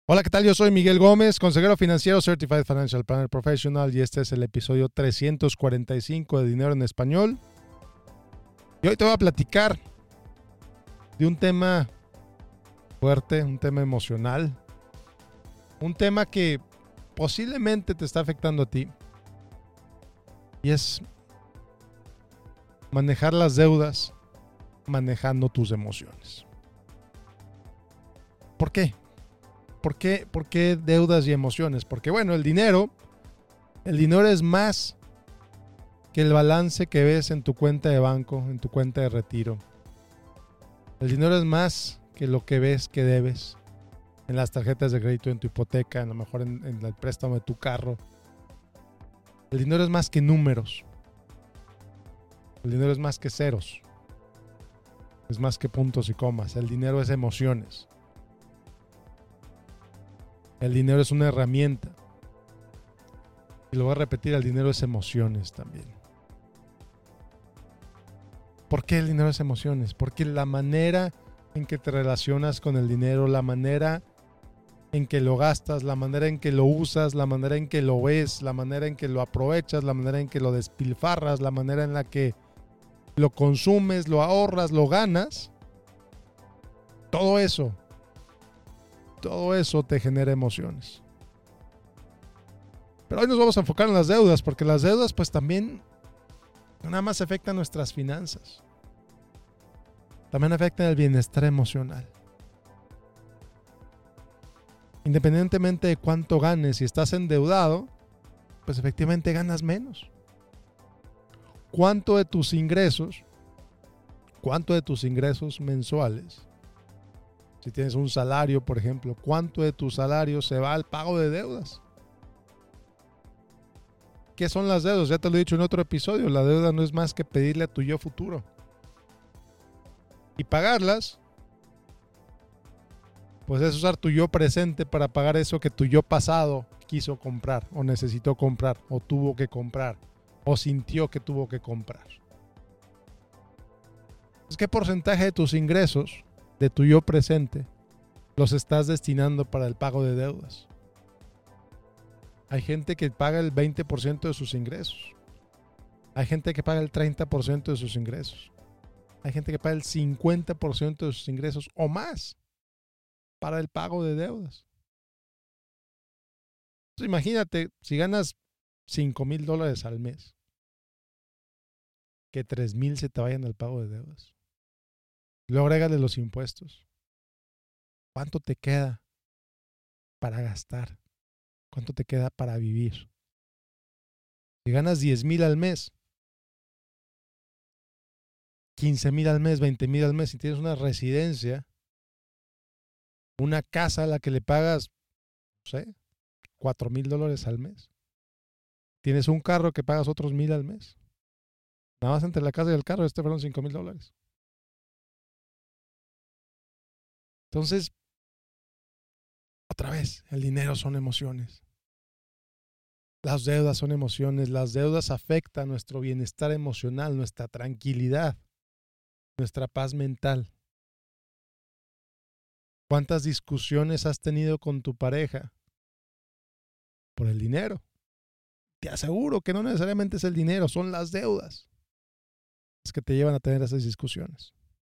Hola, ¿qué tal? Yo soy Miguel Gómez, consejero financiero Certified Financial Planner Professional y este es el episodio 345 de Dinero en Español. Y hoy te voy a platicar de un tema fuerte, un tema emocional, un tema que posiblemente te está afectando a ti y es manejar las deudas manejando tus emociones. ¿Por qué? ¿Por qué deudas y emociones? Porque bueno, el dinero es más que el balance que ves en tu cuenta de banco, en tu cuenta de retiro. El dinero es más que lo que ves que debes en las tarjetas de crédito, en tu hipoteca, a lo mejor en el préstamo de tu carro. El dinero es más que números. El dinero es más que ceros. Es más que puntos y comas. El dinero es emociones. El dinero es una herramienta. Y lo voy a repetir, el dinero es emociones también. ¿Por qué el dinero es emociones? Porque la manera en que te relacionas con el dinero, la manera en que lo gastas, la manera en que lo usas, la manera en que lo ves, la manera en que lo aprovechas, la manera en que lo despilfarras, la manera en la que lo consumes, lo ahorras, lo ganas, todo eso te genera emociones. Pero hoy nos vamos a enfocar en las deudas, porque las deudas pues también no nada más afectan nuestras finanzas, también afectan el bienestar emocional. Independientemente de cuánto ganes, si estás endeudado, pues efectivamente ganas menos. ¿Cuánto de tus ingresos mensuales, si tienes un salario, por ejemplo, cuánto de tu salario se va al pago de deudas? ¿Qué son las deudas? Ya te lo he dicho en otro episodio, la deuda no es más que pedirle a tu yo futuro. Y pagarlas, pues es usar tu yo presente para pagar eso que tu yo pasado quiso comprar, o necesitó comprar, o tuvo que comprar, o sintió que tuvo que comprar. ¿Qué porcentaje de tus ingresos, de tu yo presente, los estás destinando para el pago de deudas? Hay gente que paga el 20% de sus ingresos. Hay gente que paga el 30% de sus ingresos. Hay gente que paga el 50% de sus ingresos o más para el pago de deudas. Entonces, imagínate, si ganas $5,000 al mes, que 3,000 se te vayan al pago de deudas. Luego agrégale los impuestos. ¿Cuánto te queda para gastar? ¿Cuánto te queda para vivir? Si ganas 10,000 al mes, 15,000 al mes, 20,000 al mes, si tienes una residencia, una casa a la que le pagas, no sé, $4,000 al mes. Tienes un carro que pagas otros 1,000 al mes. Nada más entre la casa y el carro, fueron $5,000. Entonces, otra vez, el dinero son emociones. Las deudas son emociones. Las deudas afectan nuestro bienestar emocional, nuestra tranquilidad, nuestra paz mental. ¿Cuántas discusiones has tenido con tu pareja por el dinero? Te aseguro que no necesariamente es el dinero, son las deudas las que te llevan a tener esas discusiones.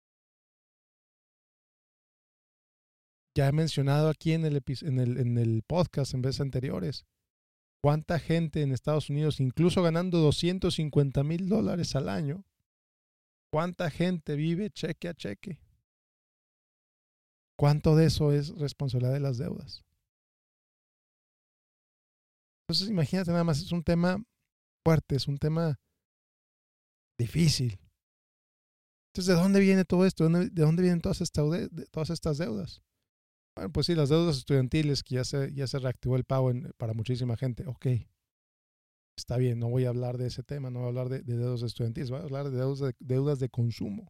Ya he mencionado aquí en el podcast en veces anteriores, cuánta gente en Estados Unidos, incluso ganando $250,000 al año, cuánta gente vive cheque a cheque. ¿Cuánto de eso es responsabilidad de las deudas? Entonces imagínate nada más, es un tema fuerte, es un tema difícil. Entonces, ¿de dónde viene todo esto? ¿De dónde vienen todas estas deudas? Bueno, pues sí, las deudas estudiantiles, que ya se reactivó el pago para muchísima gente. Ok, está bien, no voy a hablar de ese tema, no voy a hablar de deudas estudiantiles, voy a hablar de deudas de consumo.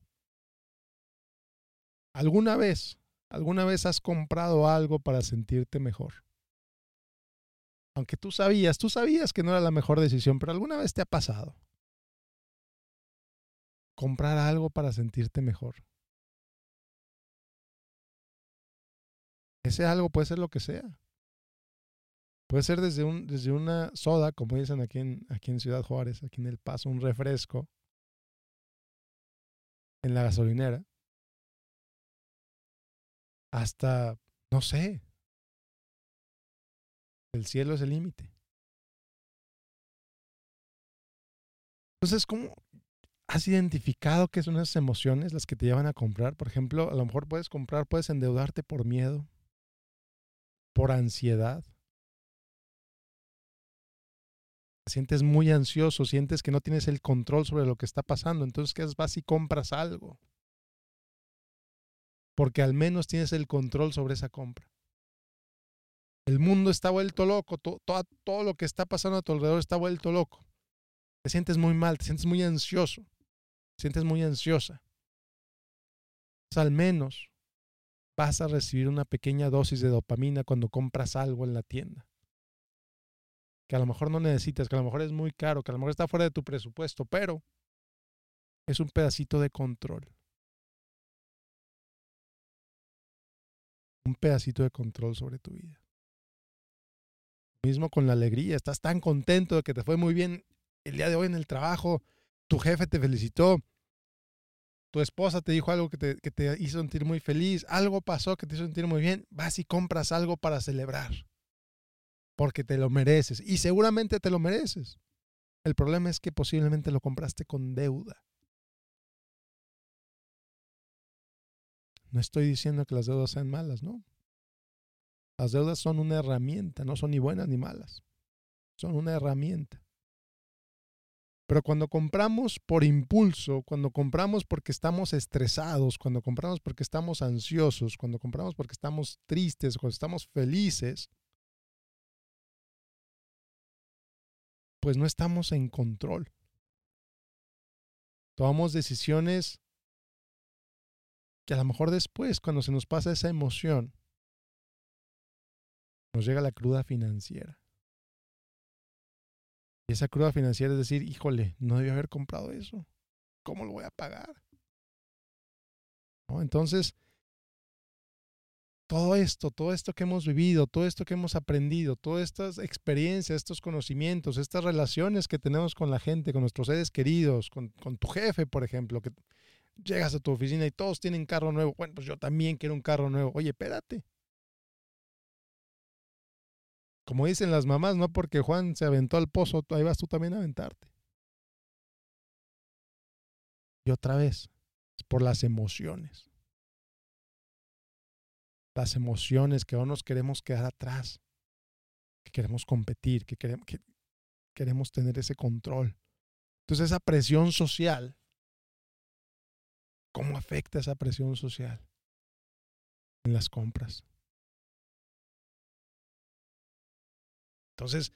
¿Alguna vez has comprado algo para sentirte mejor? Aunque tú sabías que no era la mejor decisión, pero alguna vez te ha pasado comprar algo para sentirte mejor. Ese algo puede ser lo que sea. Puede ser desde una soda, como dicen aquí en Ciudad Juárez, aquí en El Paso, un refresco en la gasolinera, hasta, no sé, el cielo es el límite. Entonces, ¿cómo has identificado qué son esas emociones las que te llevan a comprar? Por ejemplo, a lo mejor puedes endeudarte por miedo, por ansiedad. Te sientes muy ansioso, sientes que no tienes el control sobre lo que está pasando. Entonces, ¿qué haces? Vas y compras algo. Porque al menos tienes el control sobre esa compra. El mundo está vuelto loco, todo lo que está pasando a tu alrededor está vuelto loco. Te sientes muy mal, te sientes muy ansioso, te sientes muy ansiosa. Pues al menos vas a recibir una pequeña dosis de dopamina cuando compras algo en la tienda. Que a lo mejor no necesitas, que a lo mejor es muy caro, que a lo mejor está fuera de tu presupuesto, pero es un pedacito de control. Un pedacito de control sobre tu vida. Mismo con la alegría, estás tan contento de que te fue muy bien el día de hoy en el trabajo, tu jefe te felicitó, tu esposa te dijo algo que te hizo sentir muy feliz, algo pasó que te hizo sentir muy bien, vas y compras algo para celebrar, porque te lo mereces y seguramente te lo mereces. El problema es que posiblemente lo compraste con deuda. No estoy diciendo que las deudas sean malas, ¿no? Las deudas son una herramienta, no son ni buenas ni malas, son una herramienta. Pero cuando compramos por impulso, cuando compramos porque estamos estresados, cuando compramos porque estamos ansiosos, cuando compramos porque estamos tristes, cuando estamos felices, pues no estamos en control. Tomamos decisiones que a lo mejor después, cuando se nos pasa esa emoción, nos llega la cruda financiera. Y esa cruda financiera es decir, híjole, no debí haber comprado eso. ¿Cómo lo voy a pagar? ¿No? Entonces, todo esto que hemos vivido, todo esto que hemos aprendido, todas estas experiencias, estos conocimientos, estas relaciones que tenemos con la gente, con nuestros seres queridos, con tu jefe, por ejemplo, que llegas a tu oficina y todos tienen carro nuevo. Bueno, pues yo también quiero un carro nuevo. Oye, espérate. Como dicen las mamás, no porque Juan se aventó al pozo, ahí vas tú también a aventarte. Y otra vez, es por las emociones. Las emociones que no nos queremos quedar atrás, que queremos competir, que queremos tener ese control. Entonces esa presión social, ¿cómo afecta esa presión social en las compras? Entonces,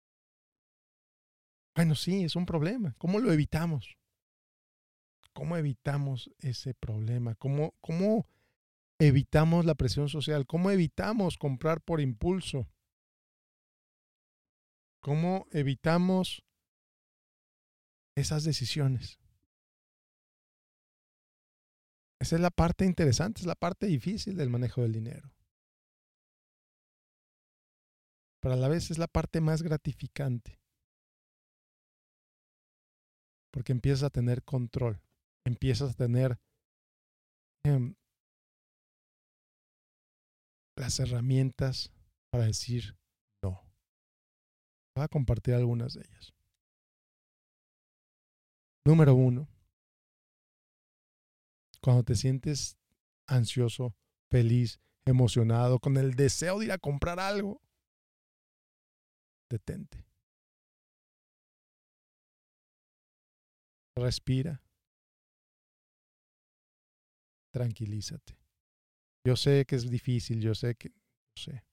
bueno, sí, es un problema. ¿Cómo lo evitamos? ¿Cómo evitamos ese problema? ¿Cómo evitamos la presión social? ¿Cómo evitamos comprar por impulso? ¿Cómo evitamos esas decisiones? Esa es la parte interesante, es la parte difícil del manejo del dinero. Pero a la vez es la parte más gratificante, porque empiezas a tener control, empiezas a tener eh, las herramientas para decir no. Voy a compartir algunas de ellas. Número uno, cuando te sientes ansioso, feliz, emocionado, con el deseo de ir a comprar algo, detente. Respira, tranquilízate. Yo sé que es difícil, yo sé que, no sé.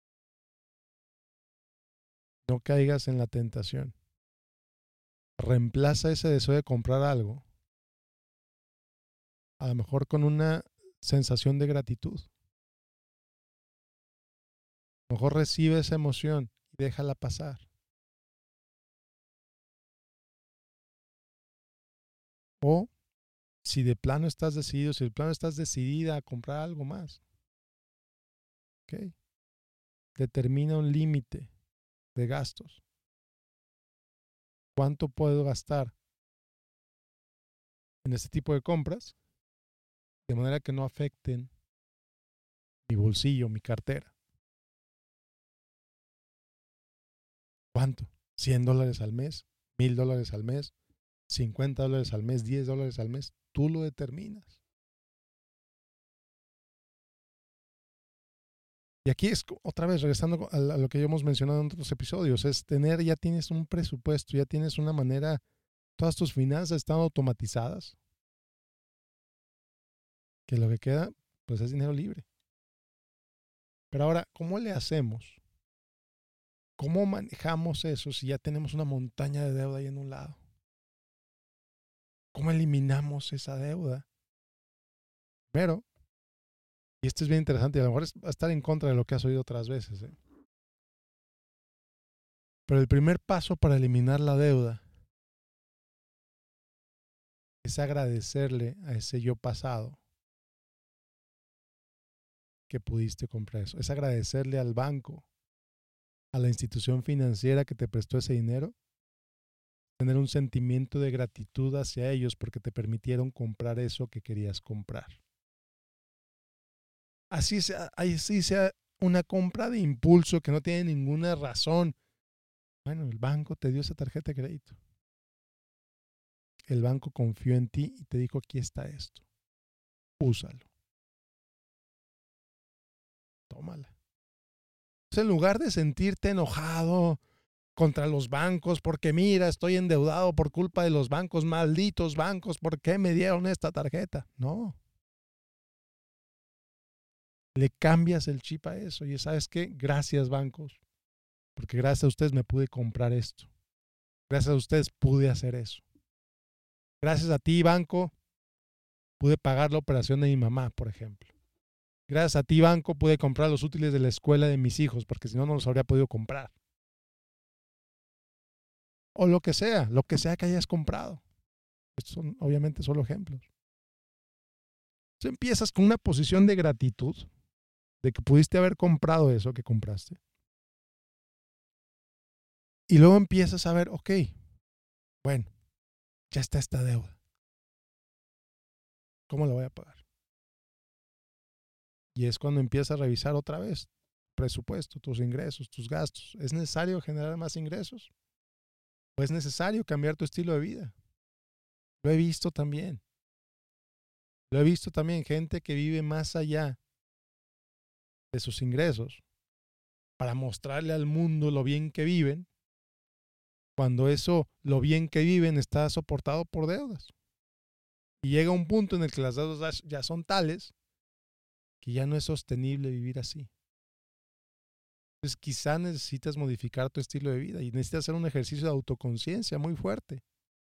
No caigas en la tentación. Reemplaza ese deseo de comprar algo, a lo mejor con una sensación de gratitud. A lo mejor recibe esa emoción y déjala pasar. O si de plano estás decidido, si de plano estás decidida a comprar algo más, ok, ¿ok? Determina un límite de gastos. ¿Cuánto puedo gastar en este tipo de compras? De manera que no afecten mi bolsillo, mi cartera. ¿Cuánto? $100 al mes, $1,000 al mes, $50 al mes, $10 al mes. Tú lo determinas. Y aquí es otra vez, regresando a lo que ya hemos mencionado en otros episodios, es ya tienes un presupuesto, ya tienes una manera, todas tus finanzas están automatizadas, que lo que queda, pues es dinero libre. Pero ahora, ¿cómo le hacemos? ¿Cómo manejamos eso si ya tenemos una montaña de deuda ahí en un lado? ¿Cómo eliminamos esa deuda? Pero, y esto es bien interesante, y a lo mejor va a estar en contra de lo que has oído otras veces, ¿eh? Pero el primer paso para eliminar la deuda es agradecerle a ese yo pasado que pudiste comprar eso. Es agradecerle al banco, a la institución financiera que te prestó ese dinero, tener un sentimiento de gratitud hacia ellos porque te permitieron comprar eso que querías comprar. Así sea una compra de impulso que no tiene ninguna razón. Bueno, el banco te dio esa tarjeta de crédito. El banco confió en ti y te dijo, aquí está esto. Úsalo. Tómala. Entonces, en lugar de sentirte enojado contra los bancos, porque mira, estoy endeudado por culpa de los bancos, malditos bancos, ¿por qué me dieron esta tarjeta? No. Le cambias el chip a eso y ¿sabes qué? Gracias bancos, porque gracias a ustedes me pude comprar esto. Gracias a ustedes pude hacer eso. Gracias a ti, banco, pude pagar la operación de mi mamá, por ejemplo. Gracias a ti, banco, pude comprar los útiles de la escuela de mis hijos, porque si no, no los habría podido comprar. O lo que sea que hayas comprado. Estos son obviamente solo ejemplos. Entonces empiezas con una posición de gratitud de que pudiste haber comprado eso que compraste. Y luego empiezas a ver, ok, bueno, ya está esta deuda. ¿Cómo la voy a pagar? Y es cuando empiezas a revisar otra vez presupuesto, tus ingresos, tus gastos. ¿Es necesario generar más ingresos? ¿O es necesario cambiar tu estilo de vida? Lo he visto también. Lo he visto también gente que vive más allá de sus ingresos para mostrarle al mundo lo bien que viven, cuando eso, lo bien que viven, está soportado por deudas. Y llega un punto en el que las deudas ya son tales que ya no es sostenible vivir así. Entonces quizá necesitas modificar tu estilo de vida y necesitas hacer un ejercicio de autoconciencia muy fuerte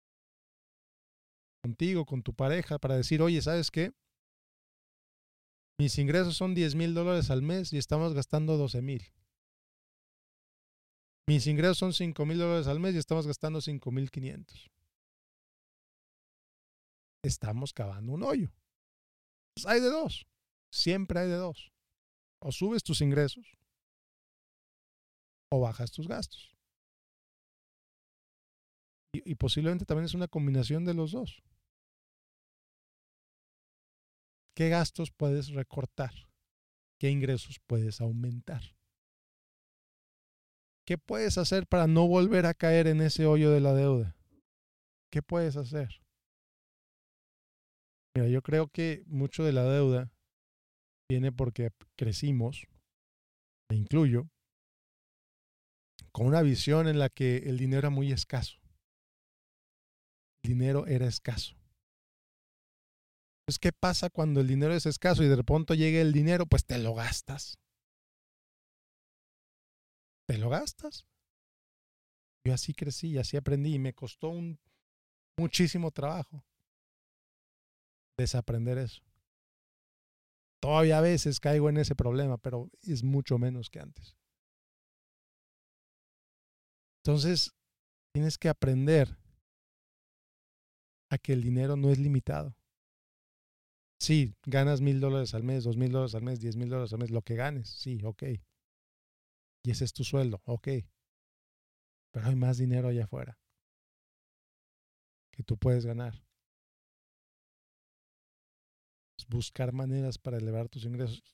contigo, con tu pareja, para decir, oye, ¿sabes qué? Mis ingresos son $10,000 al mes y estamos gastando 12,000. Mis ingresos son $5,000 al mes y estamos gastando 5,500. Estamos cavando un hoyo. Pues hay de dos. Siempre hay de dos. O subes tus ingresos o bajas tus gastos. Y posiblemente también es una combinación de los dos. ¿Qué gastos puedes recortar? ¿Qué ingresos puedes aumentar? ¿Qué puedes hacer para no volver a caer en ese hoyo de la deuda? ¿Qué puedes hacer? Mira, yo creo que mucho de la deuda viene porque crecimos, me incluyo, con una visión en la que el dinero era muy escaso. El dinero era escaso. Entonces, ¿qué pasa cuando el dinero es escaso y de repente llega el dinero? Pues te lo gastas. Te lo gastas. Yo así crecí, así aprendí y me costó muchísimo trabajo desaprender eso. Todavía a veces caigo en ese problema, pero es mucho menos que antes. Entonces, tienes que aprender a que el dinero no es limitado. Sí, ganas $1,000 al mes, $2,000 al mes, $10,000 al mes, lo que ganes, sí, ok. Y ese es tu sueldo, ok. Pero hay más dinero allá afuera que tú puedes ganar. Es buscar maneras para elevar tus ingresos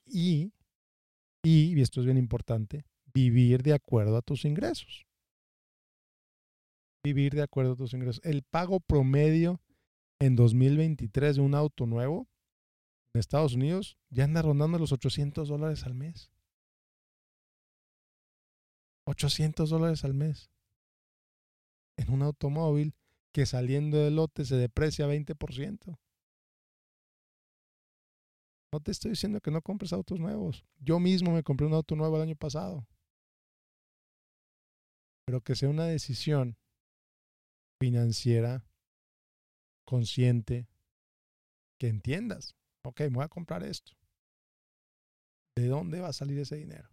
y esto es bien importante, vivir de acuerdo a tus ingresos. Vivir de acuerdo a tus ingresos. El pago promedio en 2023 de un auto nuevo en Estados Unidos ya anda rondando los $800 al mes. $800 al mes. En un automóvil que saliendo del lote se deprecia 20%. No te estoy diciendo que no compres autos nuevos. Yo mismo me compré un auto nuevo el año pasado. Pero que sea una decisión financiera, consciente, que entiendas. Ok, me voy a comprar esto. ¿De dónde va a salir ese dinero?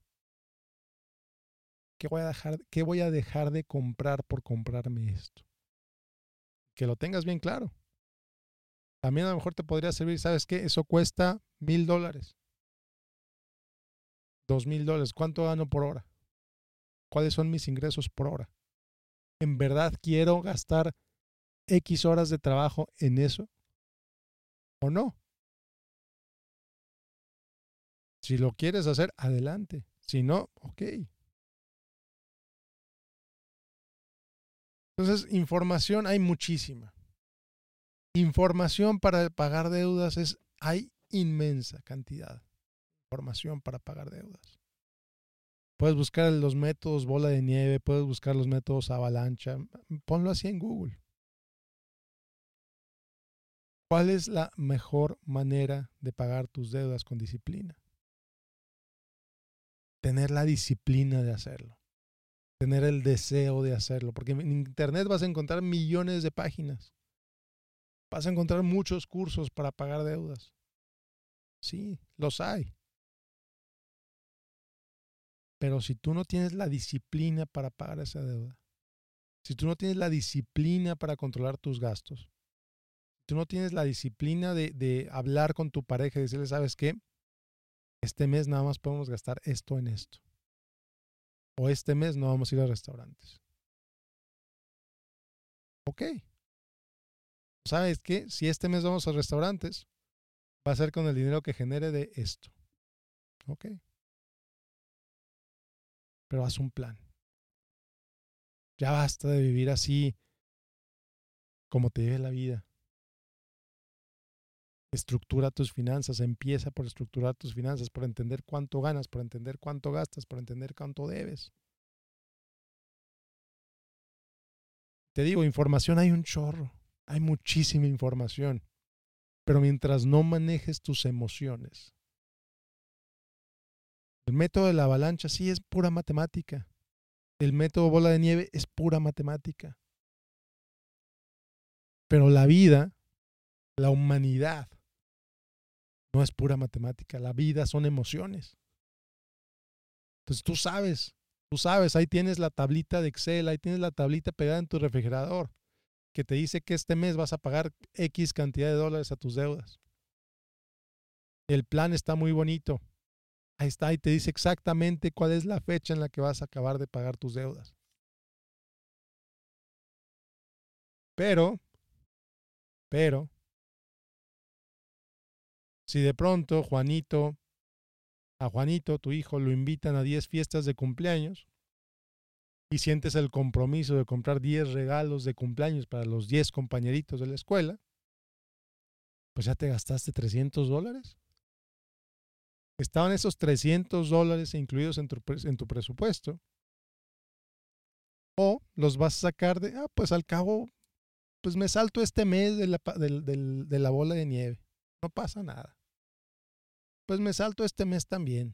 ¿Qué voy a dejar de comprar por comprarme esto? Que lo tengas bien claro. También a lo mejor te podría servir, ¿sabes qué? Eso cuesta $1,000, $2,000. ¿Cuánto gano por hora? ¿Cuáles son mis ingresos por hora? ¿En verdad quiero gastar X horas de trabajo en eso o no? Si lo quieres hacer, adelante. Si no, ok. Entonces, información hay muchísima. Información para pagar deudas hay inmensa cantidad. Información para pagar deudas. Puedes buscar los métodos bola de nieve, puedes buscar los métodos avalancha. Ponlo así en Google. ¿Cuál es la mejor manera de pagar tus deudas con disciplina? Tener la disciplina de hacerlo. Tener el deseo de hacerlo. Porque en internet vas a encontrar millones de páginas. Vas a encontrar muchos cursos para pagar deudas. Sí, los hay. Pero si tú no tienes la disciplina para pagar esa deuda, si tú no tienes la disciplina para controlar tus gastos, si tú no tienes la disciplina de hablar con tu pareja y decirle, ¿sabes qué? Este mes nada más podemos gastar esto en esto. O este mes no vamos a ir a restaurantes. Ok. ¿Sabes qué? Si este mes vamos a restaurantes, va a ser con el dinero que genere de esto. Ok. Pero haz un plan. Ya basta de vivir así como te lleve la vida. Estructura tus finanzas, empieza por estructurar tus finanzas, por entender cuánto ganas, por entender cuánto gastas, por entender cuánto debes. Te digo, información hay un chorro, hay muchísima información, pero mientras no manejes tus emociones. El método de la avalancha sí es pura matemática. El método bola de nieve es pura matemática. Pero la vida, la humanidad, no es pura matemática. La vida son emociones. Entonces tú sabes, ahí tienes la tablita de Excel, ahí tienes la tablita pegada en tu refrigerador que te dice que este mes vas a pagar X cantidad de dólares a tus deudas. El plan está muy bonito. Ahí está, y te dice exactamente cuál es la fecha en la que vas a acabar de pagar tus deudas. Pero, pero, si de pronto a Juanito, tu hijo, lo invitan a 10 fiestas de cumpleaños y sientes el compromiso de comprar 10 regalos de cumpleaños para los 10 compañeritos de la escuela, pues ya te gastaste $300. Estaban esos $300 incluidos en tu presupuesto. O los vas a sacar pues al cabo, pues me salto este mes de la bola de nieve. No pasa nada. Pues me salto este mes también.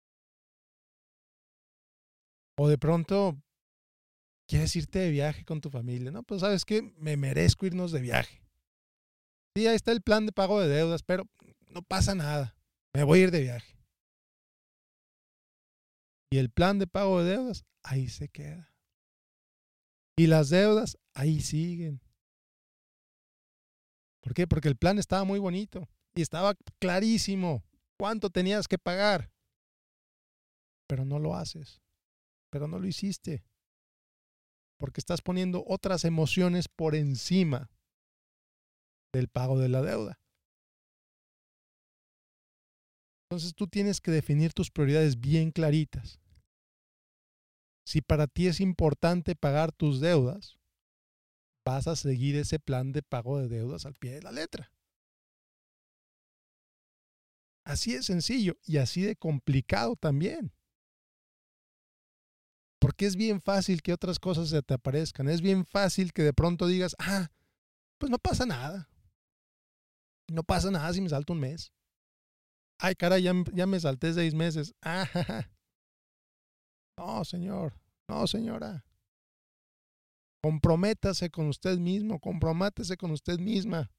O de pronto quieres irte de viaje con tu familia. No, pues sabes que me merezco irnos de viaje. Sí, ahí está el plan de pago de deudas, pero no pasa nada. Me voy a ir de viaje. Y el plan de pago de deudas, ahí se queda. Y las deudas, ahí siguen. ¿Por qué? Porque el plan estaba muy bonito. y estaba clarísimo cuánto tenías que pagar, pero no lo haces, pero no lo hiciste, porque estás poniendo otras emociones por encima del pago de la deuda. Entonces tú tienes que definir tus prioridades bien claritas. Si para ti es importante pagar tus deudas, vas a seguir ese plan de pago de deudas al pie de la letra. Así de sencillo y así de complicado también. Porque es bien fácil que otras cosas se te aparezcan. Es bien fácil que de pronto digas, pues no pasa nada. No pasa nada si me salto un mes. Ay, caray, ya me salté 6 meses. No, señor. No, señora. Comprométase con usted mismo. Comprométase con usted misma.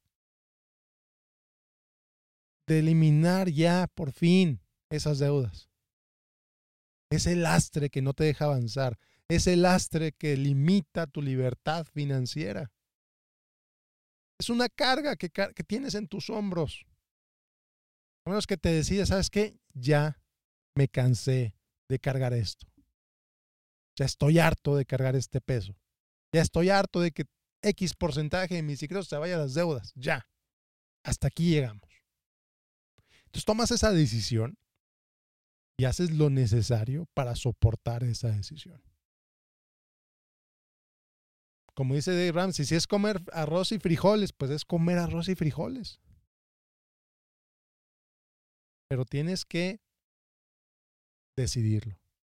De eliminar ya, por fin, esas deudas. Ese lastre que no te deja avanzar. Ese lastre que limita tu libertad financiera. Es una carga que tienes en tus hombros. A menos que te decidas, ¿sabes qué? Ya me cansé de cargar esto. Ya estoy harto de cargar este peso. Ya estoy harto de que X porcentaje de mis ingresos se vaya a las deudas. Ya. Hasta aquí llegamos. Entonces tomas esa decisión y haces lo necesario para soportar esa decisión. Como dice Dave Ramsey, si es comer arroz y frijoles, pues es comer arroz y frijoles. Pero tienes que decidirlo.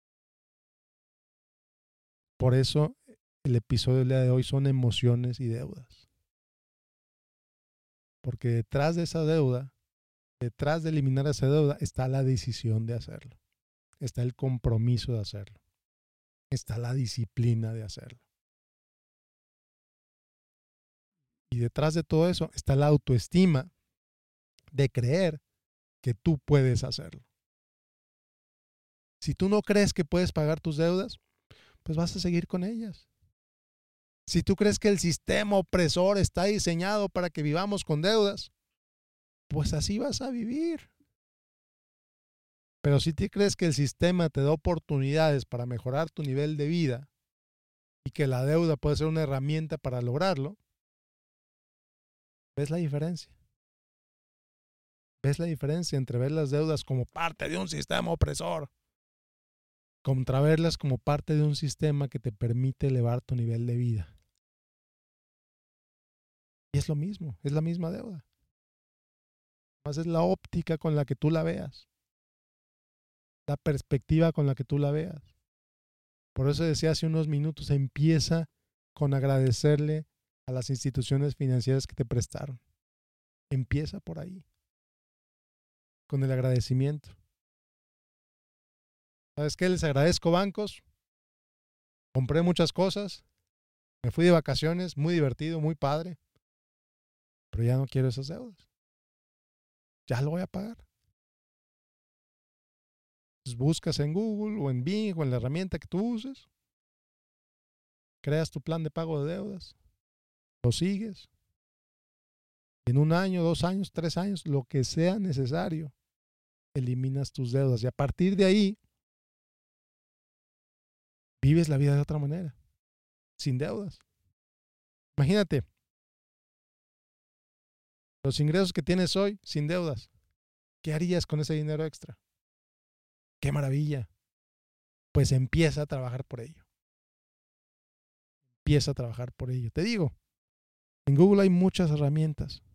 Por eso el episodio del día de hoy son emociones y deudas. Porque detrás de esa deuda, detrás de eliminar esa deuda, está la decisión de hacerlo. Está el compromiso de hacerlo. Está la disciplina de hacerlo. Y detrás de todo eso está la autoestima de creer que tú puedes hacerlo. Si tú no crees que puedes pagar tus deudas, pues vas a seguir con ellas. Si tú crees que el sistema opresor está diseñado para que vivamos con deudas, pues así vas a vivir. Pero si tú crees que el sistema te da oportunidades para mejorar tu nivel de vida y que la deuda puede ser una herramienta para lograrlo, ¿ves la diferencia? ¿Ves la diferencia entre ver las deudas como parte de un sistema opresor contra verlas como parte de un sistema que te permite elevar tu nivel de vida? Y es lo mismo, es la misma deuda. Más es la óptica con la que tú la veas, la perspectiva con la que tú la veas. Por eso decía hace unos minutos, empieza con agradecerle a las instituciones financieras que te prestaron. Empieza por ahí, con el agradecimiento. ¿Sabes qué? Les agradezco, bancos. Compré muchas cosas, me fui de vacaciones, muy divertido, muy padre, pero ya no quiero esas deudas. Ya lo voy a pagar. Entonces buscas en Google o en Bing o en la herramienta que tú uses, creas tu plan de pago de deudas, lo sigues. En 1 año, 2 años, 3 años, lo que sea necesario, eliminas tus deudas y a partir de ahí vives la vida de otra manera, sin deudas. Imagínate, los ingresos que tienes hoy sin deudas. ¿Qué harías con ese dinero extra? ¡Qué maravilla! Pues empieza a trabajar por ello. Empieza a trabajar por ello. Te digo, en Google hay muchas herramientas,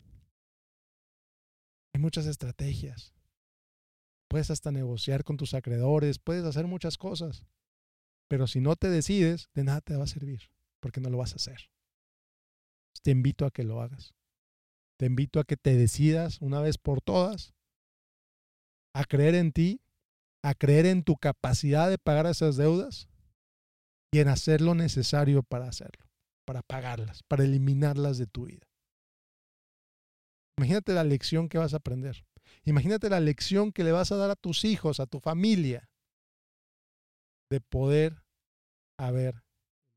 hay muchas estrategias. Puedes hasta negociar con tus acreedores, puedes hacer muchas cosas. Pero si no te decides, de nada te va a servir, porque no lo vas a hacer. Te invito a que lo hagas. Te invito a que te decidas una vez por todas a creer en ti, a creer en tu capacidad de pagar esas deudas y en hacer lo necesario para hacerlo, para pagarlas, para eliminarlas de tu vida. Imagínate la lección que vas a aprender. Imagínate la lección que le vas a dar a tus hijos, a tu familia, de poder haber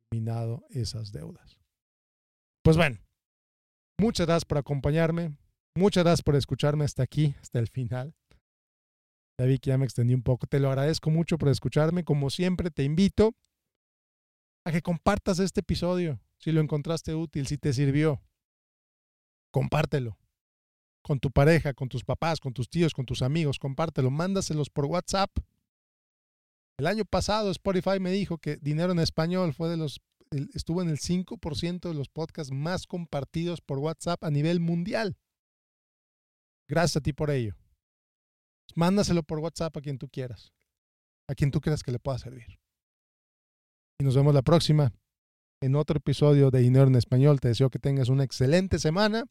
eliminado esas deudas. Pues bueno, muchas gracias por acompañarme. Muchas gracias por escucharme hasta aquí, hasta el final. Ya vi que ya me extendí un poco. Te lo agradezco mucho por escucharme. Como siempre, te invito a que compartas este episodio. Si lo encontraste útil, si te sirvió, compártelo. Con tu pareja, con tus papás, con tus tíos, con tus amigos, compártelo. Mándaselos por WhatsApp. El año pasado Spotify me dijo que Dinero en Español estuvo en el 5% de los podcasts más compartidos por WhatsApp a nivel mundial. Gracias a ti por ello. Mándaselo por WhatsApp a quien tú quieras. A quien tú creas que le pueda servir. Y nos vemos la próxima en otro episodio de Dinero en Español. Te deseo que tengas una excelente semana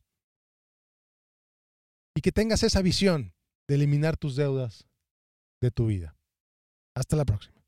y que tengas esa visión de eliminar tus deudas de tu vida. Hasta la próxima.